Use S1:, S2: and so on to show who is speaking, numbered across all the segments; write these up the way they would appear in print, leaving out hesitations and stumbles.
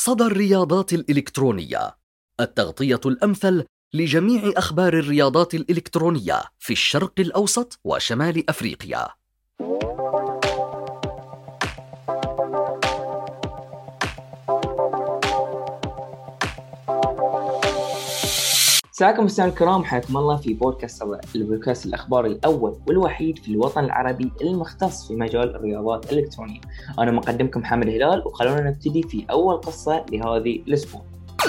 S1: صدى الرياضات الإلكترونية، التغطية الأمثل لجميع أخبار الرياضات الإلكترونية في الشرق الأوسط وشمال أفريقيا.
S2: مساكم مستمعينا الكرام، حياكم الله في بودكاست صدى، البودكاست الأخباري الأول والوحيد في الوطن العربي المختص في مجال الرياضات الإلكترونية. أنا مقدمكم محمد هلال، وخلونا نبتدي في أول قصة لهذه الأسبوع.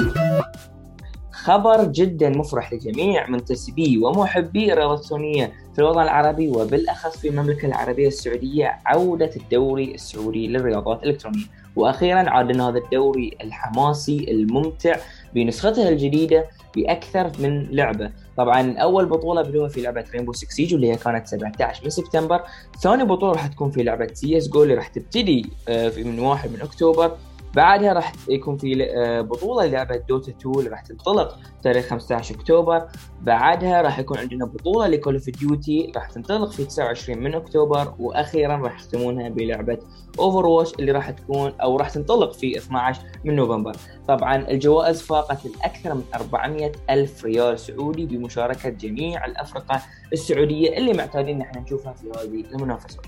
S2: خبر جدا مفرح لجميع منتسبي ومحبي الرياضة الإلكترونية في الوطن العربي وبالأخص في المملكة العربية السعودية، عودة الدوري السعودي للرياضات الإلكترونية. وأخيرا عاد لنا هذا الدوري الحماسي الممتع بنسخته الجديدة بأكثر من لعبة. طبعا أول بطولة بدوها في لعبة رينبو سيكس سيج واللي هي كانت 17 من سبتمبر. ثاني بطولة راح تكون في لعبة CSGO اللي راح تبتدي من 1 من أكتوبر. بعدها راح يكون في بطولة لعبة دوتا 2 اللي راح تنطلق تاريخ 15 أكتوبر. بعدها راح يكون عندنا بطولة لكول اوف ديوتي راح تنطلق في 29 من أكتوبر. وأخيرا راح يختمونها بلعبة Overwatch اللي راح تكون أو راح تنطلق في 12 من نوفمبر. طبعا الجوائز فاقت الأكثر من 400 ألف ريال سعودي بمشاركة جميع الأفرقة السعودية اللي معتادين نحن نشوفها في هذه المنافسات.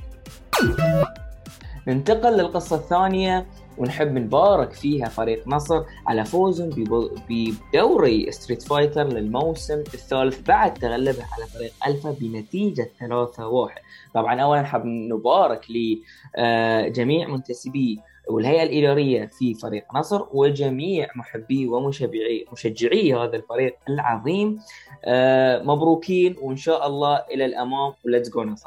S2: ننتقل للقصة الثانية، ونحب نبارك فيها فريق نصر على فوزهم بدوري ستريت فايتر للموسم الثالث بعد تغلبه على فريق ألفا بنتيجة 3-1. طبعا أولا نحب نبارك لجميع منتسبي والهيئة الإدارية في فريق نصر وجميع محبي ومشجعي هذا الفريق العظيم. مبروكين وإن شاء الله إلى الأمام، وليتس جو نصر.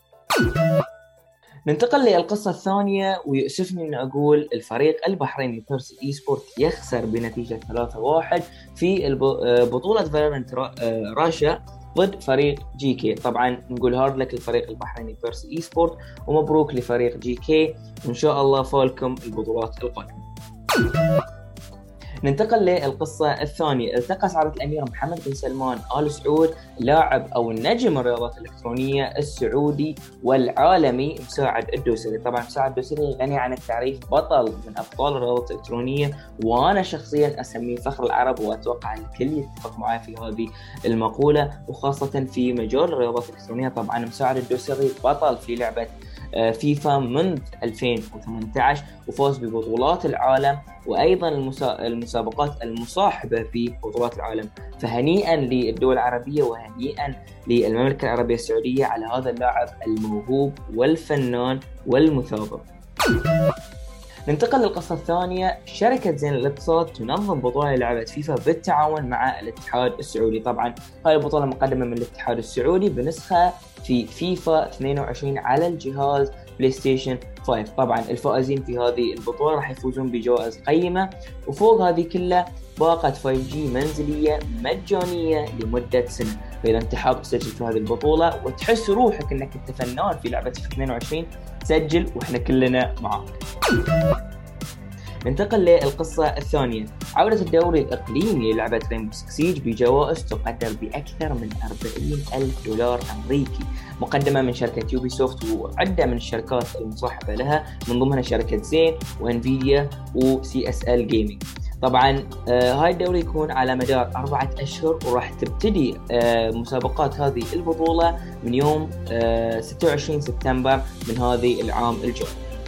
S2: ننتقل للقصة الثانية، ويؤسفني أن أقول الفريق البحريني بيرس إي سبورت يخسر بنتيجة 3-1 في بطولة فالورانت راشا ضد فريق GK. طبعا نقول هارد لك للفريق البحريني بيرس إي سبورت، ومبروك لفريق GK، وإن شاء الله فالكم البطولات القادمة. ننتقل للقصة الثانية. التقى سعادة الأمير محمد بن سلمان آل سعود لاعب أو النجم الرياضات الإلكترونية السعودي والعالمي مساعد الدوسري. طبعا مساعد الدوسري غني عن التعريف، بطل من أبطال الرياضات الإلكترونية، وأنا شخصيا أسميه فخر العرب، وأتوقع الكل يتفق معي في هذه المقولة، وخاصة في مجال الرياضات الإلكترونية. طبعا مساعد الدوسري بطل في لعبة فيفا منذ 2018 وفاز ببطولات العالم وأيضا المسابقات المصاحبة في بطولات العالم. فهنيئا للدول العربية وهنيئا للمملكة العربية السعودية على هذا اللاعب الموهوب والفنان والمثابر. ننتقل للقصة الثانية. شركة زين الاتصالات تنظم بطولة للعبة فيفا بالتعاون مع الاتحاد السعودي. طبعا هذه البطولة مقدمة من الاتحاد السعودي بنسخة في فيفا 22 على الجهاز بلاي ستيشن 5. طبعا الفائزين في هذه البطولة راح يفوزون بجوائز قيمة، وفوق هذه كلها باقة 5G منزلية مجانية لمدة سنة. فإذا أنت حاب تسجل في هذه البطولة وتحس روحك أنك أنت فنان في لعبة فيفا 22 سجل وإحنا كلنا معاك. ننتقل للقصة الثانية. عودة الدوري الإقليمي للعبة رينبو سيكس سيج بجوائز تقدر بأكثر من 40,000 دولار أمريكي، مقدمة من شركة يوبي سوفت وعدة من الشركات المصاحبة لها، من ضمنها شركة زين وانفيديا وCSL Gaming. طبعا هاي الدوري يكون على مدار 4 أشهر، وراح تبتدي مسابقات هذه البطولة من يوم 26 سبتمبر من هذه العام الجاري.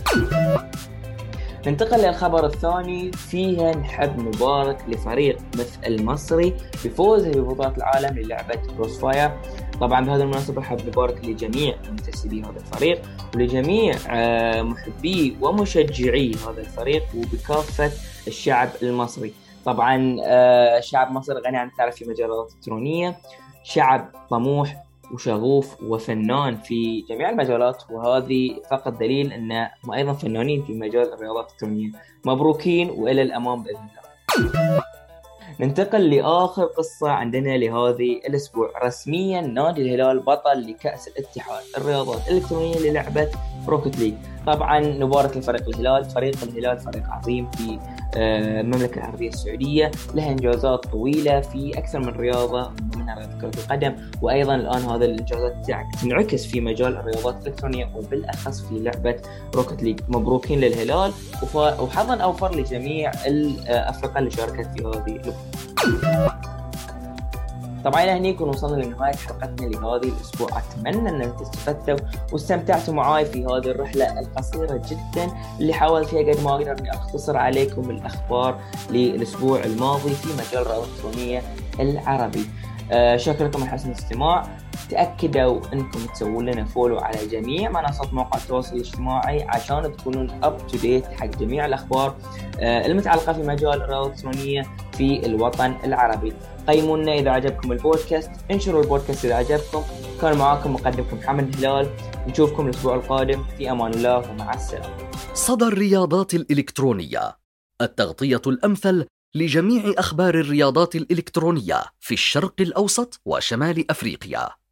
S2: ننتقل للخبر الثاني. فيها نحب نبارك لفريق مثل المصري بفوزه ببطولة العالم للعبة كروس فاير. طبعا بهذه المناسبة حاب نبارك لجميع منتسبي هذا الفريق ولجميع محبي ومشجعي هذا الفريق وبكافة الشعب المصري. طبعا شعب مصر غني عن التعرف في مجالات الإلكترونية، شعب طموح وشغوف وفنان في جميع المجالات، وهذه فقط دليل أن هم أيضا فنانين في مجال الرياضات الإلكترونية. مبروكين وإلى الأمام بإذن الله. ننتقل لآخر قصة عندنا لهذه الأسبوع. رسميا نادي الهلال بطل لكأس الاتحاد الرياضات الإلكترونية للعبة روكت ليج. طبعا نبارك لفريق الهلال. فريق الهلال فريق عظيم في المملكة العربية السعودية، له إنجازات طويلة في أكثر من رياضة، منها رياضة كرة القدم، وأيضا الآن هذه الإنجازات تنعكس في مجال الرياضات الإلكترونية وبالأخص في لعبة روكت ليج. مبروكين للهلال وحظا أوفر لجميع الأفرقة اللي شاركت في هذه البطولة. طبعا إلى هنا يكون وصلنا لنهاية حلقتنا لهذه الأسبوع. أتمنى أن أنتم استفدتوا واستمتعتوا معي في هذه الرحلة القصيرة جدا اللي حاولت فيها قد ما أقدر أني أختصر عليكم الأخبار للأسبوع الماضي في مجال الرياضة الإلكترونية العربي. شكرا لكم على حسن الاستماع. تأكدوا أنكم تسوون لنا فولو على جميع منصات مواقع التواصل الاجتماعي عشان تكونون up to date حق جميع الأخبار المتعلقة في مجال الرياضة الإلكترونية في الوطن العربي. قيمونا إذا عجبكم البودكاست، انشروا البودكاست إذا عجبكم. كان معاكم مقدمكم محمد هلال، نشوفكم الأسبوع القادم، في أمان الله ومع السلامة.
S1: صدى الرياضات الإلكترونية، التغطية الأمثل لجميع أخبار الرياضات الإلكترونية في الشرق الأوسط وشمال أفريقيا.